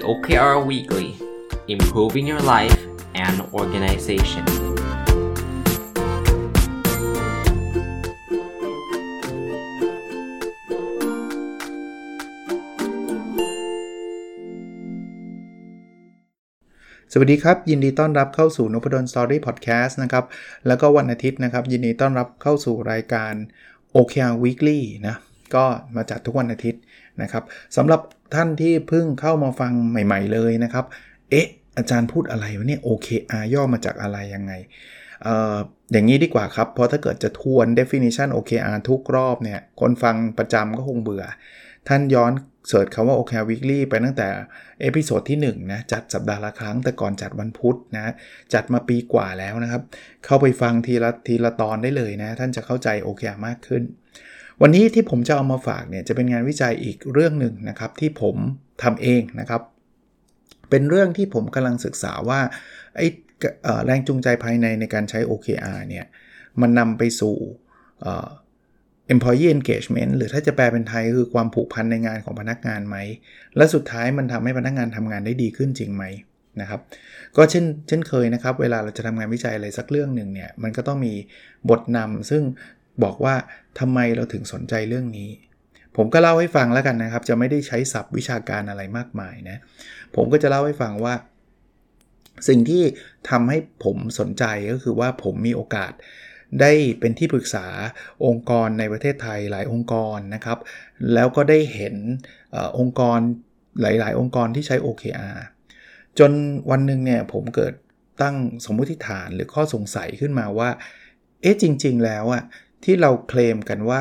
OKR Weekly Improving Your Life and Organization สวัสดีครับยินดีต้อนรับเข้าสู่นพดล Story Podcast นะครับแล้วก็วันอาทิตย์นะครับยินดีต้อนรับเข้าสู่รายการ OKR Weekly นะก็มาจัดทุกวันอาทิตย์นะครับสำหรับท่านที่เพิ่งเข้ามาฟังใหม่ๆเลยนะครับอาจารย์พูดอะไรวะเนี่ย OKR ย่อมาจากอะไรยังไงอย่างนี้ดีกว่าครับเพราะถ้าเกิดจะทวน definition OKR ทุกรอบเนี่ยคนฟังประจำก็คงเบื่อท่านย้อนเสิร์ชคำว่า OKR Weekly ไปตั้งแต่เอพิโซดที่1นะจัดสัปดาห์ละครั้งแต่ก่อนจัดวันพุธนะจัดมาปีกว่าแล้วนะครับเข้าไปฟังทีละตอนได้เลยนะท่านจะเข้าใจ OKR มากขึ้นวันนี้ที่ผมจะเอามาฝากเนี่ยจะเป็นงานวิจัยอีกเรื่องหนึ่งนะครับที่ผมทำเองนะครับเป็นเรื่องที่ผมกำลังศึกษาว่าแรงจูงใจภายในการใช้ OKR เนี่ยมันนำไปสู่employee engagement หรือถ้าจะแปลเป็นไทยคือความผูกพันในงานของพนักงานไหมและสุดท้ายมันทำให้พนักงานทำงานได้ดีขึ้นจริงไหมนะครับก็เช่นเคยนะครับเวลาเราจะทำงานวิจัยอะไรสักเรื่องหนึ่งเนี่ยมันก็ต้องมีบทนำซึ่งบอกว่าทำไมเราถึงสนใจเรื่องนี้ผมก็เล่าให้ฟังแล้วกันนะครับจะไม่ได้ใช้ศัพท์วิชาการอะไรมากมายนะผมก็จะเล่าให้ฟังว่าสิ่งที่ทำให้ผมสนใจก็คือว่าผมมีโอกาสได้เป็นที่ปรึกษาองค์กรในประเทศไทยหลายองค์กรนะครับแล้วก็ได้เห็นองค์กรหลายๆองค์กรที่ใช้ OKR จนวันหนึ่งเนี่ยผมเกิดตั้งสมมุติฐานหรือข้อสงสัยขึ้นมาว่าจริงๆแล้วอะที่เราเคลมกันว่า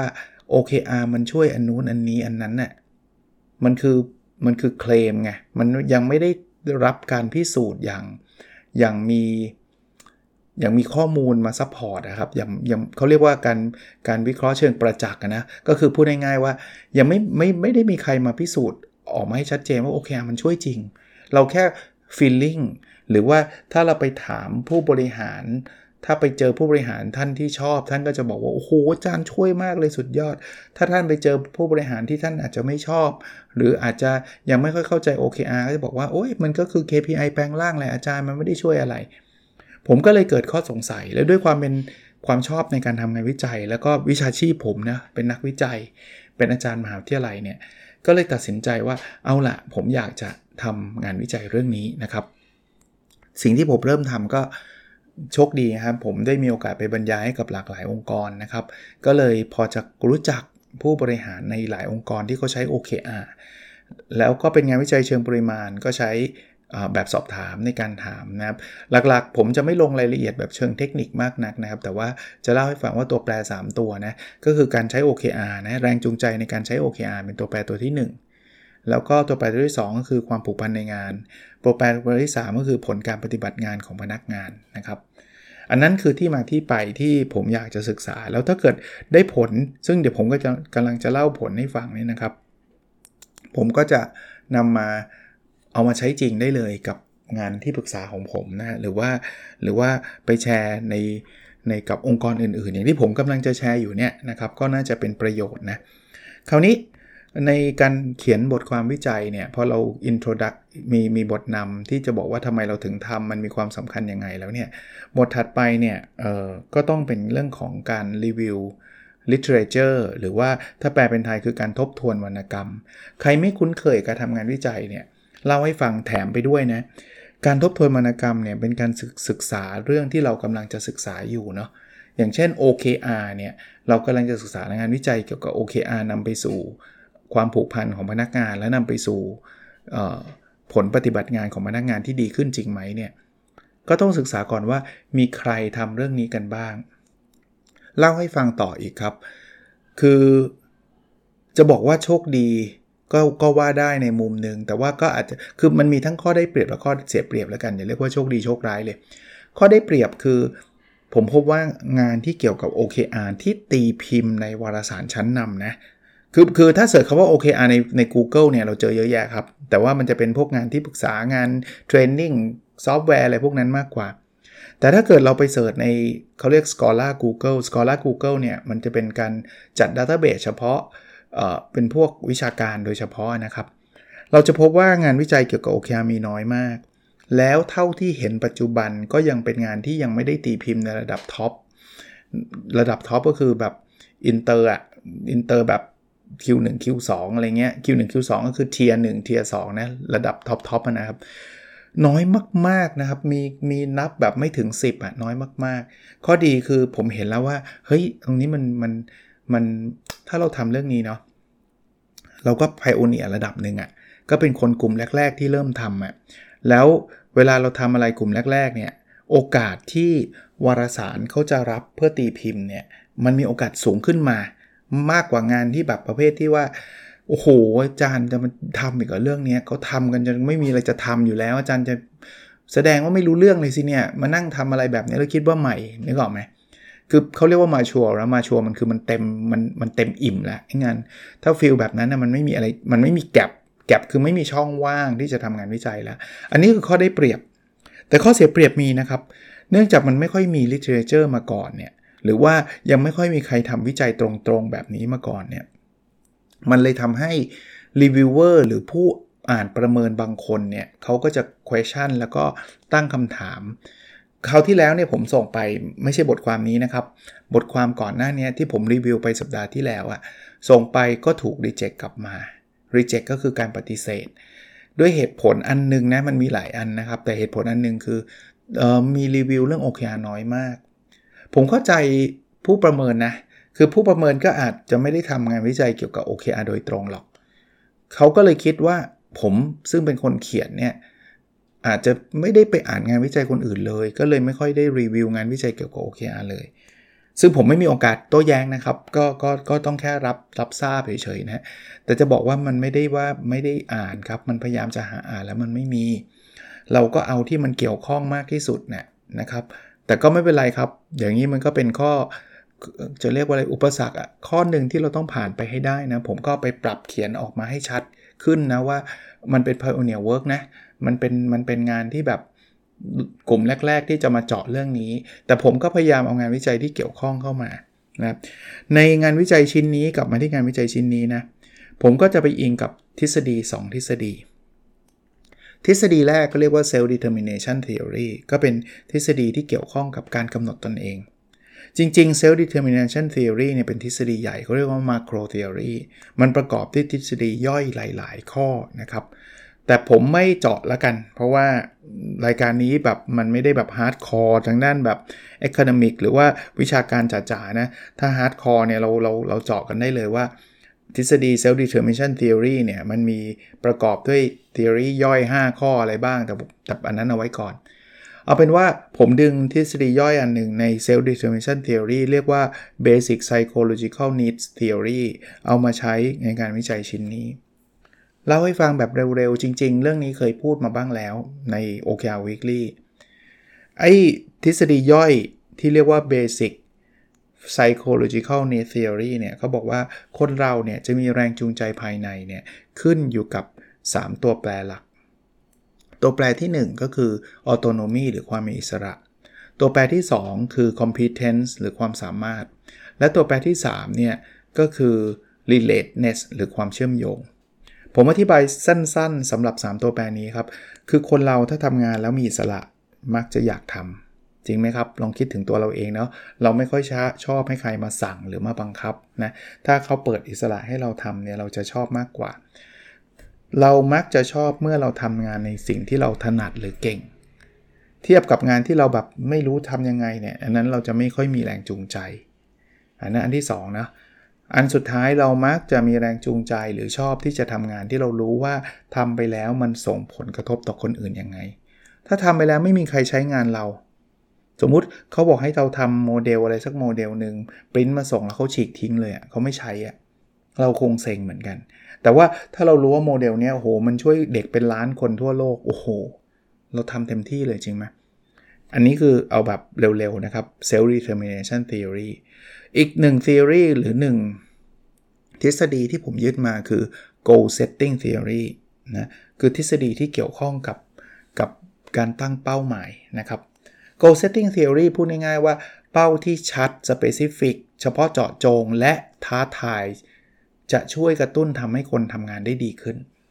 OKR มันช่วยอันนู้นอันนี้อันนั้นน่ะมันคือเคลมไงมันยังไม่ได้รับการพิสูจน์อย่างมีข้อมูลมาซัพพอร์ตนะครับอย่างเขาเรียกว่าการวิเคราะห์เชิงประจักษ์นะก็คือพูดง่ายๆว่ายังไม่ได้มีใครมาพิสูจน์ออกมาให้ชัดเจนว่า OKR มันช่วยจริงเราแค่ feeling หรือว่าถ้าเราไปถามผู้บริหารถ้าไปเจอผู้บริหารท่านที่ชอบท่านก็จะบอกว่าโอ้โหอาจารย์ช่วยมากเลยสุดยอดถ้าท่านไปเจอผู้บริหารที่ท่านอาจจะไม่ชอบหรืออาจจะยังไม่ค่อยเข้าใจ OKR ก็จะบอกว่าโอ้ยมันก็คือ KPI แปลงร่างแหละอาจารย์มันไม่ได้ช่วยอะไรผมก็เลยเกิดข้อสงสัยและด้วยความชอบในการทำงานวิจัยแล้วก็วิชาชีพผมนะเป็นนักวิจัยเป็นอาจารย์มหาวิทยาลัยเนี่ยก็เลยตัดสินใจว่าเอาล่ะผมอยากจะทำงานวิจัยเรื่องนี้นะครับสิ่งที่ผมเริ่มทำก็โชคดีครับผมได้มีโอกาสไปบรรยายให้กับหลากหลายองค์กรนะครับก็เลยพอจะรู้จักผู้บริหารในหลายองค์กรที่เขาใช้ OKR แล้วก็เป็นงานวิจัยเชิงปริมาณก็ใช้แบบสอบถามในการถามนะครับหลักๆผมจะไม่ลงรายละเอียดแบบเชิงเทคนิคมากนักนะครับแต่ว่าจะเล่าให้ฟังว่าตัวแปร3ตัวนะก็คือการใช้ OKR นะแรงจูงใจในการใช้ OKR เป็นตัวแปรตัวที่1แล้วก็ตัวแปรตัวที่2ก็คือความผูกพันในงานตัวแปรตัวที่3ก็คือผลการปฏิบัติงานของพนักงานนะครับอันนั้นคือที่มาที่ไปที่ผมอยากจะศึกษาแล้วถ้าเกิดได้ผลซึ่งเดี๋ยวผมก็จะกำลังจะเล่าผลให้ฟังนี่นะครับผมก็จะนำมาเอามาใช้จริงได้เลยกับงานที่ปรึกษาของผมนะหรือว่าไปแชร์ในกับองค์กรอื่นๆอย่างที่ผมกำลังจะแชร์อยู่เนี่ยนะครับก็น่าจะเป็นประโยชน์นะคราวนี้ในการเขียนบทความวิจัยเนี่ยพอเรา introduct มีบทนำที่จะบอกว่าทำไมเราถึงทำมันมีความสำคัญยังไงแล้วเนี่ยบทถัดไปเนี่ยก็ต้องเป็นเรื่องของการรีวิวliterature หรือว่าถ้าแปลเป็นไทยคือการทบทวนวรรณกรรมใครไม่คุ้นเคยกับทำงานวิจัยเนี่ยเล่าให้ฟังแถมไปด้วยนะการทบทวนวรรณกรรมเนี่ยเป็นการศึกษาเรื่องที่เรากำลังจะศึกษาอยู่เนาะอย่างเช่น OKR เนี่ยเรากำลังจะศึกษางานวิจัยเกี่ยวกับ OKR นำไปสู่ความผูกพันของพนักงานและนำไปสู่ผลปฏิบัติงานของพนักงานที่ดีขึ้นจริงไหมเนี่ยก็ต้องศึกษาก่อนว่ามีใครทำเรื่องนี้กันบ้างเล่าให้ฟังต่ออีกครับคือจะบอกว่าโชคดีก็ว่าได้ในมุมนึงแต่ว่าก็อาจจะคือมันมีทั้งข้อได้เปรียบและข้อเสียเปรียบแล้วกันอย่าเรียกว่าโชคดีโชคร้ายเลยข้อได้เปรียบคือผมพบว่างานที่เกี่ยวกับ OKR ที่ตีพิมพ์ในวารสารชั้นนำนะคือถ้าเสิร์ชคำว่า OKR ใน Google เนี่ยเราเจอเยอะแยะครับแต่ว่ามันจะเป็นพวกงานที่ปรึกษางานเทรนนิ่งซอฟต์แวร์อะไรพวกนั้นมากกว่าแต่ถ้าเกิดเราไปเสิร์ชในเขาเรียก Scholar Google เนี่ยมันจะเป็นการจัด database เฉพาะเป็นพวกวิชาการโดยเฉพาะนะครับเราจะพบว่างานวิจัยเกี่ยวกับ OKR มีน้อยมากแล้วเท่าที่เห็นปัจจุบันก็ยังเป็นงานที่ยังไม่ได้ตีพิมพ์ในระดับท็อปก็คือแบบอินเตอร์แบบ Q1 Q2 อะไรเงี้ย Q1 Q2 ก็คือเทียร์1เทียร์2นะระดับท็อปนะครับน้อยมากๆนะครับมีนับแบบไม่ถึง10น้อยมากๆข้อดีคือผมเห็นแล้วว่าเฮ้ยตรงนี้มันถ้าเราทำเรื่องนี้เนาะเราก็ไพโอเนียร์ระดับหนึ่งก็เป็นคนกลุ่มแรกๆที่เริ่มทำแล้วเวลาเราทำอะไรกลุ่มแรกๆเนี่ยโอกาสที่วารสารเขาจะรับเพื่อตีพิมพ์เนี่ยมันมีโอกาสสูงขึ้นมามากกว่างานที่แบบประเภทที่ว่าโอ้โหอาจารย์จะมาทำอีกกับเรื่องนี้เขาทำกันจนไม่มีอะไรจะทำอยู่แล้วอาจารย์จะแสดงว่าไม่รู้เรื่องเลยสิเนี่ยมานั่งทำอะไรแบบนี้แล้วคิดว่าใหม่นึกออกไหมคือเขาเรียกว่ามาชัวร์แล้วมาชัวร์มันคือมันเต็มอิ่มแล้วงานถ้าฟีลแบบนั้นนะมันไม่มีอะไรมันไม่มีแก็บคือไม่มีช่องว่างที่จะทำงานวิจัยแล้วอันนี้คือข้อได้เปรียบแต่ข้อเสียเปรียบมีนะครับเนื่องจากมันไม่ค่อยมี literature มาก่อนเนี่ยหรือว่ายังไม่ค่อยมีใครทำวิจัยตรงๆแบบนี้มาก่อนเนี่ยมันเลยทำให้ reviewer หรือผู้อ่านประเมินบางคนเนี่ยเขาก็จะ question แล้วก็ตั้งคำถามคราวที่แล้วเนี่ยผมส่งไปไม่ใช่บทความนี้นะครับบทความก่อนหน้านี้ที่ผมรีวิวไปสัปดาห์ที่แล้วส่งไปก็ถูก reject กลับมา reject ก็คือการปฏิเสธด้วยเหตุผลอันนึงนะมันมีหลายอันนะครับแต่เหตุผลอันนึงคือมีรีวิวเรื่อง OKR น้อยมากผมเข้าใจผู้ประเมินนะคือผู้ประเมินก็อาจจะไม่ได้ทำงานวิจัยเกี่ยวกับ OKR โดยตรงหรอกเขาก็เลยคิดว่าผมซึ่งเป็นคนเขียนเนี่ยอาจจะไม่ได้ไปอ่านงานวิจัยคนอื่นเลยก็เลยไม่ค่อยได้รีวิวงานวิจัยเกี่ยวกับ OKR เลยซึ่งผมไม่มีโอกาสโต้แย้งนะครับก็ต้องแค่รับทราบเฉยๆนะแต่จะบอกว่ามันไม่ได้ว่าไม่ได้อ่านครับมันพยายามจะหาอ่านแล้วมันไม่มีเราก็เอาที่มันเกี่ยวข้องมากที่สุดนะครับแต่ก็ไม่เป็นไรครับอย่างนี้มันก็เป็นข้อจะเรียกว่าอะไรอุปสรรคข้อหนึ่งที่เราต้องผ่านไปให้ได้นะผมก็ไปปรับเขียนออกมาให้ชัดขึ้นนะว่ามันเป็น pioneer work นะมันเป็นงานที่แบบกลุ่มแรกๆที่จะมาเจาะเรื่องนี้แต่ผมก็พยายามเอางานวิจัยที่เกี่ยวข้องเข้ามานะในงานวิจัยชิ้นนี้กลับมาที่งานวิจัยชิ้นนี้นะผมก็จะไปอิงกับทฤษฎี2ทฤษฎีแรกก็เรียกว่า self determination theory ก็เป็นทฤษฎีที่เกี่ยวข้องกับการกำหนดตนเองจริงๆ self determination theory เนี่ยเป็นทฤษฎีใหญ่เขาเรียกว่า macro theory มันประกอบด้วยทฤษฎีย่อยหลายๆข้อนะครับแต่ผมไม่เจาะละกันเพราะว่ารายการนี้แบบมันไม่ได้แบบฮาร์ดคอร์ทางด้านแบบ academic หรือว่าวิชาการจ๋าๆนะถ้าฮาร์ดคอร์เนี่ยเราเจาะกันได้เลยว่าทฤษฎี self determination theory เนี่ยมันมีประกอบด้วย theory ย่อย5ข้ออะไรบ้างแต่อันนั้นเอาไว้ก่อนเอาเป็นว่าผมดึงทฤษฎีย่อยอันหนึ่งใน self determination theory เรียกว่า basic psychological needs theory เอามาใช้ในการวิจัยชิ้นนี้เล่าให้ฟังแบบเร็วๆจริงๆเรื่องนี้เคยพูดมาบ้างแล้วใน OKR Weekly ไอ้ทฤษฎีย่อยที่เรียกว่า basic psychological need theory เนี่ยเขาบอกว่าคนเราเนี่ยจะมีแรงจูงใจภายในเนี่ยขึ้นอยู่กับ3ตัวแปรหลักตัวแปรที่1ก็คือ autonomy หรือความมีอิสระตัวแปรที่2คือ competence หรือความสามารถและตัวแปรที่3เนี่ยก็คือ relatedness หรือความเชื่อมโยงผมอธิบายสั้นๆสำหรับ3ตัวแปรนี้ครับคือคนเราถ้าทำงานแล้วมีอิสระมักจะอยากทำจริงไหมครับลองคิดถึงตัวเราเองเนาะเราไม่ค่อยชอบให้ใครมาสั่งหรือมาบังคับนะถ้าเขาเปิดอิสระให้เราทำเนี่ยเราจะชอบมากกว่าเรามักจะชอบเมื่อเราทำงานในสิ่งที่เราถนัดหรือเก่งเทียบกับงานที่เราแบบไม่รู้ทำยังไงเนี่ยอันนั้นเราจะไม่ค่อยมีแรงจูงใจอันนั้นอันที่2นะอันสุดท้ายเรามักจะมีแรงจูงใจหรือชอบที่จะทำงานที่เรารู้ว่าทำไปแล้วมันส่งผลกระทบต่อคนอื่นยังไงถ้าทำไปแล้วไม่มีใครใช้งานเราสมมุติเขาบอกให้เราทำโมเดลอะไรสักโมเดลนึงปริ้นมาส่งแล้วเขาฉีกทิ้งเลยเขาไม่ใช้เราคงเซ็งเหมือนกันแต่ว่าถ้าเรารู้ว่าโมเดลเนี้ยโอ้โหมันช่วยเด็กเป็นล้านคนทั่วโลกโอ้โหเราทำเต็มที่เลยจริงไหมอันนี้คือเอาแบบเร็วๆนะครับ self determination theory อีก1 theory หรือ1ทฤษฎีที่ผมยึดมาคือ goal setting theory นะคือทฤษฎีที่เกี่ยวข้องกับการตั้งเป้าหมายนะครับ goal setting theory พูดง่ายๆว่าเป้าที่ชัด specific เฉพาะเจาะจงและท้าทายจะช่วยกระตุ้นทำให้คนทำงานได้ดีขึ้น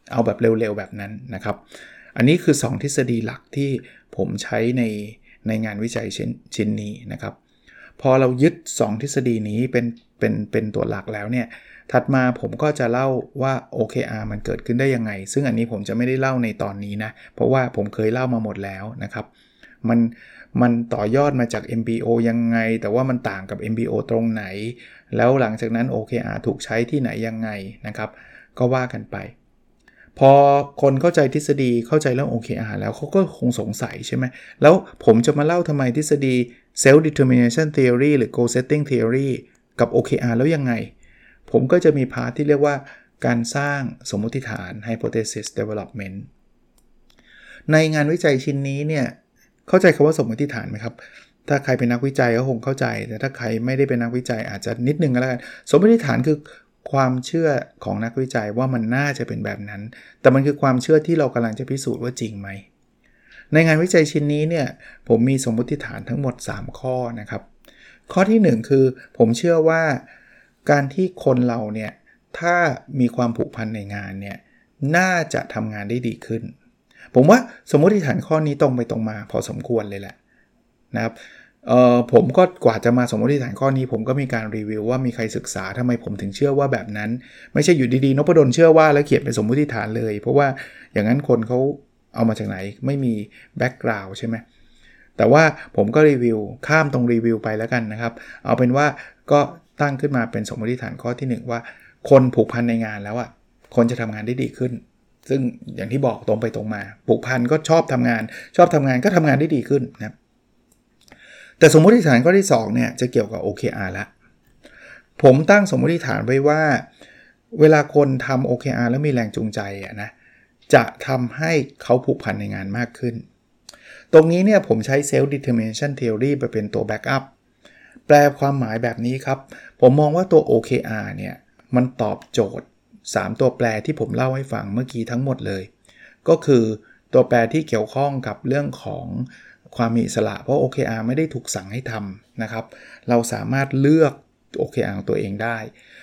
เอาแบบเร็วๆแบบนั้นนะครับอันนี้คือ2ทฤษฎีหลักที่ผมใช้ในงานวิจัยชิ้นนี้นะครับพอเรายึด2ทฤษฎีนี้เป็นตัวหลักแล้วเนี่ยถัดมาผมก็จะเล่าว่า OKR มันเกิดขึ้นได้ยังไงซึ่งอันนี้ผมจะไม่ได้เล่าในตอนนี้นะเพราะว่าผมเคยเล่ามาหมดแล้วนะครับมันต่อยอดมาจาก MBO ยังไงแต่ว่ามันต่างกับ MBO ตรงไหนแล้วหลังจากนั้น OKR ถูกใช้ที่ไหนยังไงนะครับก็ว่ากันไปพอคนเข้าใจทฤษฎีเข้าใจเรื่อง OKR แล้วเขาก็คงสงสัยใช่ไหมแล้วผมจะมาเล่าทำไมทฤษฎี Self Determination Theory หรือ Goal Setting Theory กับ OKR แล้วยังไงผมก็จะมีพาร์ทที่เรียกว่าการสร้างสมมติฐาน Hypothesis Development ในงานวิจัยชิ้นนี้เนี่ยเข้าใจคำว่าสมมติฐานไหมครับถ้าใครเป็นนักวิจัยก็คงเข้าใจแต่ถ้าใครไม่ได้เป็นนักวิจัยอาจจะนิดนึงก็แล้วกันสมมติฐานคือความเชื่อของนักวิจัยว่ามันน่าจะเป็นแบบนั้นแต่มันคือความเชื่อที่เรากำลังจะพิสูจน์ว่าจริงไหมในงานวิจัยชิ้นนี้เนี่ยผมมีสมมติฐานทั้งหมด3ข้อนะครับข้อที่1คือผมเชื่อว่าการที่คนเราเนี่ยถ้ามีความผูกพันในงานเนี่ยน่าจะทำงานได้ดีขึ้นผมว่าสมมติฐานข้อนี้ตรงไปตรงมาพอสมควรเลยแหละนะครับผมก็กว่าจะมาสมมติฐานข้อนี้ผมก็มีการรีวิวว่ามีใครศึกษาทำไมผมถึงเชื่อว่าแบบนั้นไม่ใช่อยู่ดีๆนพดลเชื่อว่าแล้วเขียนเป็นสมมติฐานเลยเพราะว่าอย่างนั้นคนเขาเอามาจากไหนไม่มีแบ็กกราวด์ใช่ไหมแต่ว่าผมก็รีวิวข้ามตรงรีวิวไปแล้วกันนะครับเอาเป็นว่าก็ตั้งขึ้นมาเป็นสมมติฐานข้อที่1ว่าคนผูกพันในงานแล้วคนจะทำงานได้ดีขึ้นซึ่งอย่างที่บอกตรงไปตรงมาผูกพันก็ชอบทำงานก็ทำงานได้ดีขึ้นนะแต่สมมติฐานข้อที่2เนี่ยจะเกี่ยวกับ OKR ละผมตั้งสมมติฐานไว้ว่าเวลาคนทำ OKR แล้วมีแรงจูงใจนะจะทำให้เขาผูกพันในงานมากขึ้นตรงนี้เนี่ยผมใช้ Self Determination Theory ไปเป็นตัว backup แปลความหมายแบบนี้ครับผมมองว่าตัว OKR เนี่ยมันตอบโจทย์3ตัวแปรที่ผมเล่าให้ฟังเมื่อกี้ทั้งหมดเลยก็คือตัวแปรที่เกี่ยวข้องกับเรื่องของความมีอิสระเพราะ OKR ไม่ได้ถูกสั่งให้ทำนะครับเราสามารถเลือก OKR ของตัวเองได้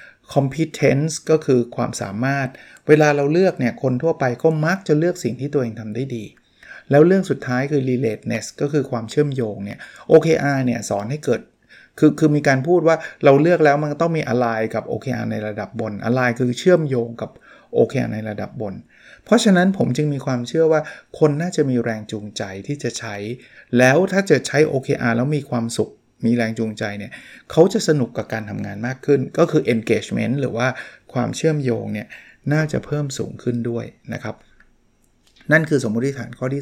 Competence ก็คือความสามารถเวลาเราเลือกเนี่ยคนทั่วไปก็มักจะเลือกสิ่งที่ตัวเองทำได้ดีแล้วเรื่องสุดท้ายคือ Relatedness ก็คือความเชื่อมโยงเนี่ย OKR เนี่ยสอนให้เกิดคือมีการพูดว่าเราเลือกแล้วมันต้องมี align กับ OKR ในระดับบน align คือเชื่อมโยงกับ OKR ในระดับบนเพราะฉะนั้นผมจึงมีความเชื่อว่าคนน่าจะมีแรงจูงใจที่จะใช้แล้วถ้าจะใช้ OKR แล้วมีความสุขมีแรงจูงใจเนี่ยเขาจะสนุกกับการทำงานมากขึ้นก็คือ engagement หรือว่าความเชื่อมโยงเนี่ยน่าจะเพิ่มสูงขึ้นด้วยนะครับนั่นคือสมมุติฐานข้อที่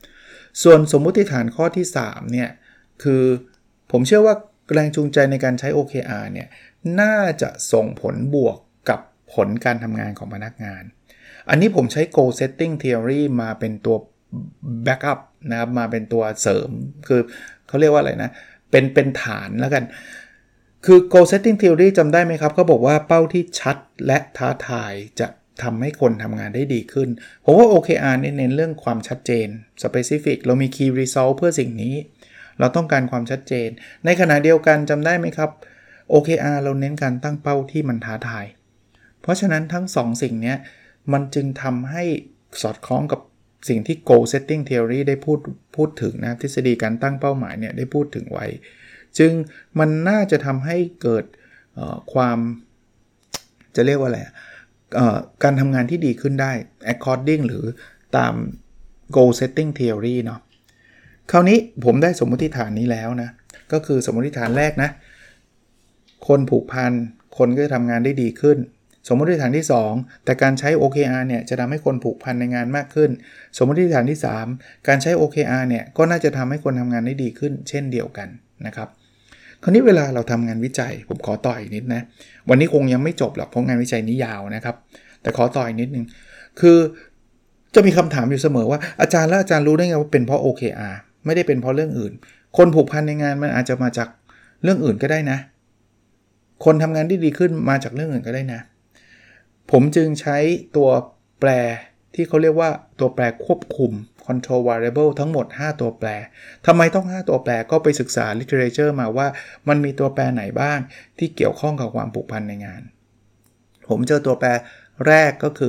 2ส่วนสมมุติฐานข้อที่3เนี่ยคือผมเชื่อว่าแรงจูงใจในการใช้ OKR เนี่ยน่าจะส่งผลบวกกับผลการทำงานของพนักงานอันนี้ผมใช้ Goal Setting Theory มาเป็นตัว backup นะครับมาเป็นตัวเสริมคือเขาเรียกว่าอะไรนะเป็นฐานแล้วกันคือ Goal Setting Theory จำได้ไหมครับเขาบอกว่าเป้าที่ชัดและท้าทายจะทำให้คนทำงานได้ดีขึ้นผมว่า OKR เน้นเรื่องความชัดเจน Specific เรามี Key Result เพื่อสิ่งนี้เราต้องการความชัดเจนในขณะเดียวกันจำได้ไหมครับ OKR เราเน้นการตั้งเป้าที่มันท้าทายเพราะฉะนั้นทั้ง2สิ่งนี้มันจึงทำให้สอดคล้องกับสิ่งที่ Goal Setting Theory ได้พูดถึงนะทฤษฎีการตั้งเป้าหมายเนี่ยได้พูดถึงไว้จึงมันน่าจะทำให้เกิดความจะเรียกว่าอะไรการทำงานที่ดีขึ้นได้ according หรือตาม Goal Setting Theory เนาะคราวนี้ผมได้สมมติฐานนี้แล้วนะก็คือสมมติฐานแรกนะคนผูกพันคนก็จะทำงานได้ดีขึ้นสมมติฐานที่2แต่การใช้ OKR เนี่ยจะทำให้คนผูกพันในงานมากขึ้นสมมติฐานที่3การใช้ OKR เนี่ยก็น่าจะทำให้คนทำงานได้ดีขึ้นเช่นเดียวกันนะครับคราวนี้เวลาเราทำงานวิจัยผมขอต่ออีกนิดนะวันนี้คงยังไม่จบหรอกเพราะงานวิจัยนี้ยาวนะครับแต่ขอต่ออีกนิดนึงคือจะมีคำถามอยู่เสมอว่าอาจารย์รู้ได้ไงว่าเป็นเพราะ OKR ไม่ได้เป็นเพราะเรื่องอื่นคนผูกพันในงานมันอาจจะมาจากเรื่องอื่นก็ได้นะคนทำงานได้ดีขึ้นมาจากเรื่องอื่นก็ได้นะผมจึงใช้ตัวแปรที่เขาเรียกว่าตัวแปรควบคุม control variable ทั้งหมด5ตัวแปรทำไมต้อง5ตัวแปรก็ไปศึกษา literature มาว่ามันมีตัวแปรไหนบ้างที่เกี่ยวข้องกับความผูกพันในงานผมเจอตัวแปรแรกก็คือ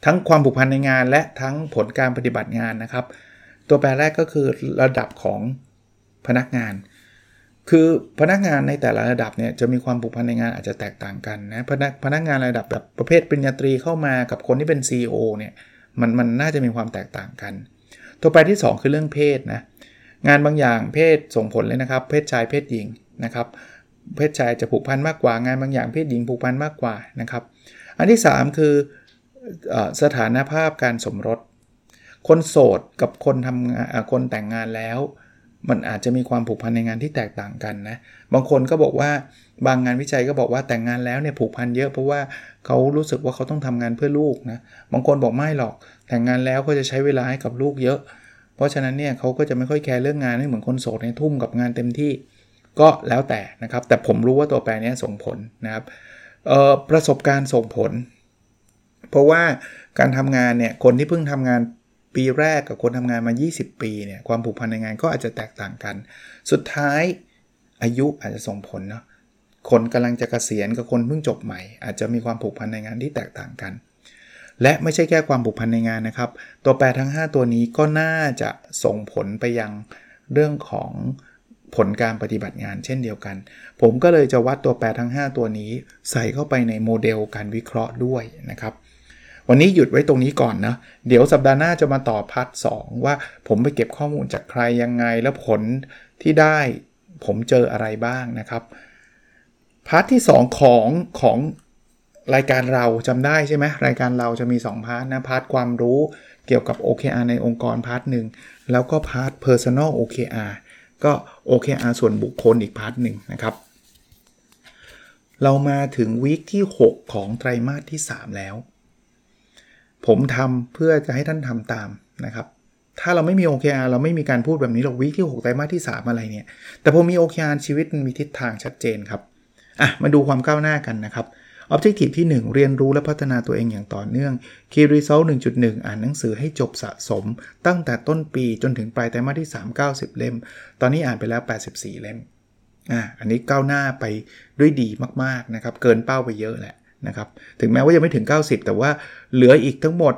ทั้งความผูกพันในงานและทั้งผลการปฏิบัติงานนะครับตัวแปรแรกก็คือระดับของพนักงานคือพนักงานในแต่ละระดับเนี่ยจะมีความผูกพันในงานอาจจะแตกต่างกันนะพนักงานระดับแบบประเภทปริญญาตรีเข้ามากับคนที่เป็น CEO เนี่ยมันน่าจะมีความแตกต่างกันตัวแปรที่2คือเรื่องเพศนะงานบางอย่างเพศส่งผลเลยนะครับเพศชายเพศหญิงนะครับเพศชายจะผูกพันมากกว่างานบางอย่างเพศหญิงผูกพันมากกว่านะครับอันที่3คือสถานภาพการสมรสคนโสดกับคนทำงานคนแต่งงานแล้วมันอาจจะมีความผูกพันในงานที่แตกต่างกันนะบางคนก็บอกว่าบางงานวิจัยก็บอกว่าแต่งงานแล้วเนี่ยผูกพันเยอะเพราะว่าเขารู้สึกว่าเขาต้องทำงานเพื่อลูกนะบางคนบอกไม่หรอกแต่งงานแล้วก็จะใช้เวลาให้กับลูกเยอะเพราะฉะนั้นเนี่ยเขาก็จะไม่ค่อยแคร์เรื่องงานให้เหมือนคนโสดเนี่ยทุ่มกับงานเต็มที่ก็แล้วแต่นะครับแต่ผมรู้ว่าตัวแปรนี้ส่งผลนะครับประสบการณ์ส่งผลเพราะว่าการทำงานเนี่ยคนที่เพิ่งทำงานปีแรกกับคนทำงานมา20ปีเนี่ยความผูกพันในงานก็อาจจะแตกต่างกันสุดท้ายอายุอาจจะส่งผลเนาะคนกำลังจะเกษียณกับคนเพิ่งจบใหม่อาจจะมีความผูกพันในงานที่แตกต่างกันและไม่ใช่แค่ความผูกพันในงานนะครับตัวแปรทั้ง5ตัวนี้ก็น่าจะส่งผลไปยังเรื่องของผลการปฏิบัติงานเช่นเดียวกันผมก็เลยจะวัดตัวแปรทั้ง5ตัวนี้ใส่เข้าไปในโมเดลการวิเคราะห์ด้วยนะครับวันนี้หยุดไว้ตรงนี้ก่อนนะเดี๋ยวสัปดาห์หน้าจะมาต่อพาร์ท 2ว่าผมไปเก็บข้อมูลจากใครยังไงแล้วผลที่ได้ผมเจออะไรบ้างนะครับพาร์ทที่2ของรายการเราจำได้ใช่ไหมรายการเราจะมี2พาร์ทนะพาร์ทความรู้เกี่ยวกับ OKR ในองค์กรพาร์ทนึงแล้วก็พาร์ท Personal OKR ก็ OKR ส่วนบุคคลอีกพาร์ทนึงนะครับเรามาถึงวีคที่6ของไตรมาสที่3แล้วผมทำเพื่อจะให้ท่านทำตามนะครับถ้าเราไม่มี OKR เราไม่มีการพูดแบบนี้หรอกวีคที่6ไตรมาสที่3อะไรเนี่ยแต่พอมี OKR ชีวิตมันมีทิศทางชัดเจนครับมาดูความก้าวหน้ากันนะครับ Objective ที่1เรียนรู้และพัฒนาตัวเองอย่างต่อเนื่อง Key Result 1.1 อ่านหนังสือให้จบสะสมตั้งแต่ต้นปีจนถึงปลายไตรมาสที่3 90 เล่มตอนนี้อ่านไปแล้ว84เล่มอันนี้ก้าวหน้าไปด้วยดีมากๆนะครับเกินเป้าไปเยอะแหละนะครับถึงแม้ว่ายังไม่ถึง90แต่ว่าเหลืออีกทั้งหมด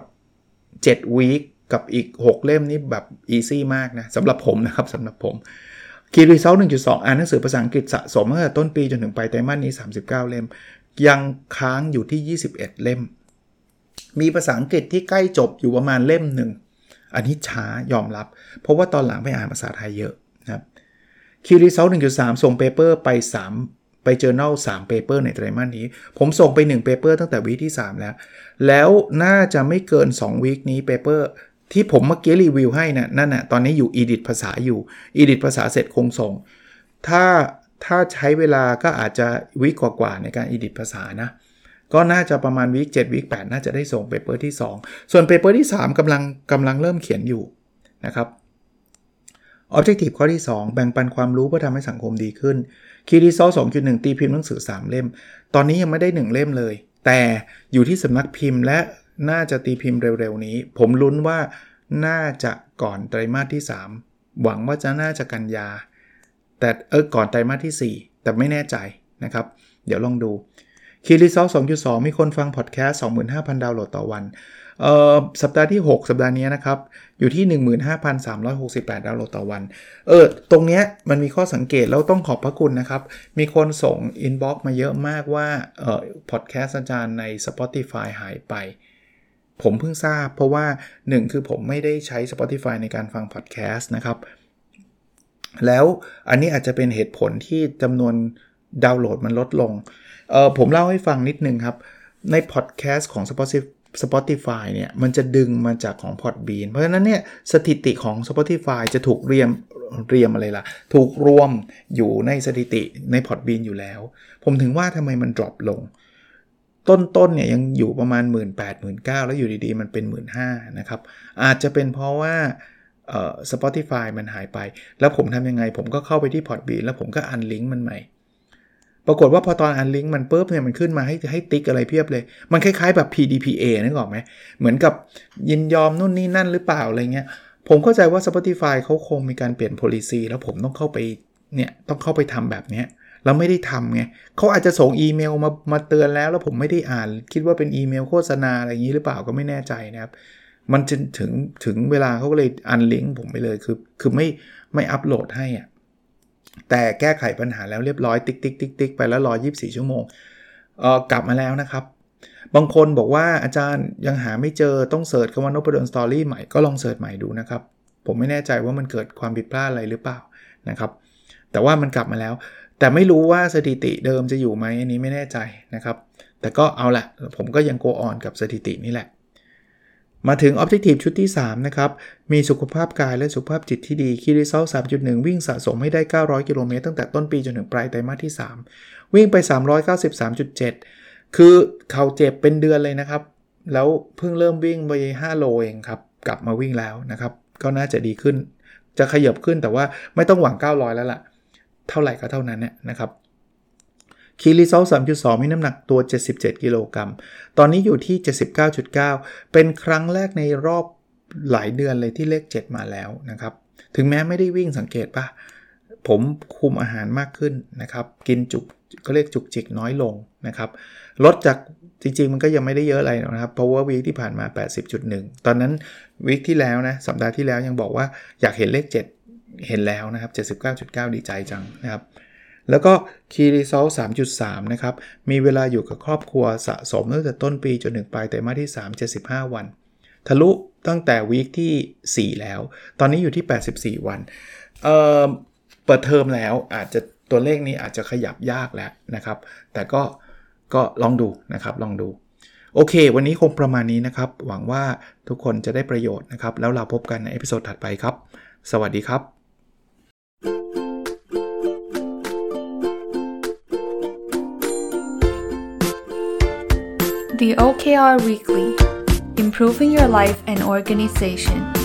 7วีคกับอีก6เล่มนี่แบบอีซี่มากนะสำหรับผมนะครับสำหรับผม Key Result 1.2 อ่านหนังสือภาษาอังกฤษสะสมตั้งแต่ต้นปีจนถึงปลายไตรมาสนี้39เล่มยังค้างอยู่ที่21เล่มมีภาษาอังกฤษที่ใกล้จบอยู่ประมาณเล่มหนึ่งอันนี้ช้ายอมรับเพราะว่าตอนหลังไปอ่านภาษาไทยเยอะนะครับ Key Result 1.3 ส่งเปเปอร์ไปjournal 3 paper ในไตรมาสนี้ผมส่งไป1 paper ตั้งแต่วีคที่3แล้วน่าจะไม่เกิน2วีคนี้ paper ที่ผมเมื่อกี้รีวิวให้นั่นน่ะตอนนี้อยู่ edit ภาษาอยู่ edit ภาษาเสร็จคงส่งถ้าใช้เวลาก็อาจจะวีคกว่าๆในการ edit ภาษานะก็น่าจะประมาณวีค7วีค8น่าจะได้ส่ง paper ที่2ส่วน paper ที่3กำลังเริ่มเขียนอยู่นะครับ Objective ข้อที่2แบ่งปันความรู้เพื่อทำให้สังคมดีขึ้น Key Result 2.1 ตีพิมพ์หนังสือ3เล่มตอนนี้ยังไม่ได้1เล่มเลยแต่อยู่ที่สำนักพิมพ์และน่าจะตีพิมพ์เร็วๆนี้ผมลุ้นว่าน่าจะก่อนไตรมาสที่3หวังว่าจะน่าจะกันยาแต่ก่อนไตรมาสที่4แต่ไม่แน่ใจนะครับเดี๋ยวลองดู Key Result 2.2 มีคนฟังพอดแคสต์ 25,000 ดาวน์โหลดต่อวันสัปดาห์ที่6สัปดาห์นี้นะครับอยู่ที่ 15,368 ดาวน์โหลดต่อวันตรงเนี้ยมันมีข้อสังเกตแล้วต้องขอบพระคุณนะครับมีคนส่งอินบ็อกซ์มาเยอะมากว่าพอดแคสต์อาจารย์ใน Spotify หายไปผมเพิ่งทราบเพราะว่า1คือผมไม่ได้ใช้ Spotify ในการฟังพอดแคสต์นะครับแล้วอันนี้อาจจะเป็นเหตุผลที่จำนวนดาวน์โหลดมันลดลงผมเล่าให้ฟังนิดนึงครับในพอดแคสต์ของ Spotify เนี่ยมันจะดึงมาจากของ Podbean เพราะฉะนั้นเนี่ยสถิติของ Spotify จะถูกเรียมอะไรล่ะถูกรวมอยู่ในสถิติใน Podbean อยู่แล้วผมถึงว่าทำไมมันดรอปลงต้นเนี่ยยังอยู่ประมาณ 18,000-19,000 แล้วอยู่ดีๆมันเป็น 15,000 นะครับอาจจะเป็นเพราะว่าSpotify มันหายไปแล้วผมทำยังไงผมก็เข้าไปที่ Podbean แล้วผมก็อันลิงก์มันใหม่ปรากฏว่าพอตอนอันลิงก์มันปุ๊บเนี่ยมันขึ้นมาให้ติ๊กอะไรเพียบเลยมันคล้ายๆแบบ PDPA นึกออกไหมเหมือนกับยินยอมนู่นนี่นั่นหรือเปล่าอะไรเงี้ยผมเข้าใจว่า Spotify เขาคงมีการเปลี่ยน policy แล้วผมต้องเข้าไปทำแบบนี้เราไม่ได้ทำไงเขาอาจจะส่งอีเมลมาเตือนแล้วผมไม่ได้อ่านคิดว่าเป็นอีเมลโฆษณาอะไรอย่างนี้หรือเปล่าก็ไม่แน่ใจนะครับมันจนถึงเวลาเขาก็เลยอันลิงก์ผมไปเลยคือไม่อัปโหลดให้แต่แก้ไขปัญหาแล้วเรียบร้อยติ๊กไปแล้วรอ24ชั่วโมงกลับมาแล้วนะครับบางคนบอกว่าอาจารย์ยังหาไม่เจอต้องเสิร์ชคำว่านพดลสตอรี่ใหม่ก็ลองเสิร์ชใหม่ดูนะครับผมไม่แน่ใจว่ามันเกิดความผิดพลาดอะไรหรือเปล่านะครับแต่ว่ามันกลับมาแล้วแต่ไม่รู้ว่าสถิติเดิมจะอยู่ไหมอันนี้ไม่แน่ใจนะครับแต่ก็เอาละผมก็ยัง go on กับสถิตินี่แหละมาถึง Objective ชุดที่3นะครับมีสุขภาพกายและสุขภาพจิตที่ดี Key Result 3.1 วิ่งสะสมให้ได้900กิโลเมตรตั้งแต่ต้นปีจนถึงปลายไตรมาสที่3วิ่งไป 393.7 คือเข่าเจ็บเป็นเดือนเลยนะครับแล้วเพิ่งเริ่มวิ่งไป5โลเองครับกลับมาวิ่งแล้วนะครับก็น่าจะดีขึ้นจะขยับขึ้นแต่ว่าไม่ต้องหวัง900แล้วล่ะเท่าไหร่ก็เท่านั้นนะครับคีรีเซล 3.2 มีน้ำหนักตัว77กิโลกรัมตอนนี้อยู่ที่ 79.9 เป็นครั้งแรกในรอบหลายเดือนเลยที่เลข7มาแล้วนะครับถึงแม้ไม่ได้วิ่งสังเกตป่ะผมคุมอาหารมากขึ้นนะครับกินจุกก็เรียกจุกจิกน้อยลงนะครับลดจากจริงๆมันก็ยังไม่ได้เยอะอะไรนะครับเพราะว่าวีคที่ผ่านมา 80.1 ตอนนั้นวีคที่แล้วนะสัปดาห์ที่แล้วยังบอกว่าอยากเห็นเลข7เห็นแล้วนะครับ 79.9 ดีใจจังนะครับแล้วก็ Key Result 3.3 นะครับมีเวลาอยู่กับครอบครัวสะสมตั้งแต่ต้นปีจนถึงปลายไตรมาสที่3 75วันทะลุตั้งแต่วีคที่4แล้วตอนนี้อยู่ที่84วันเปิดเทอมแล้วอาจจะตัวเลขนี้อาจจะขยับยากแล้วนะครับแต่ก็ลองดูนะครับลองดูโอเควันนี้คงประมาณนี้นะครับหวังว่าทุกคนจะได้ประโยชน์นะครับแล้วเราพบกันในเอพิโซดถัดไปครับสวัสดีครับ The OKR Weekly: Improving Your Life and Organization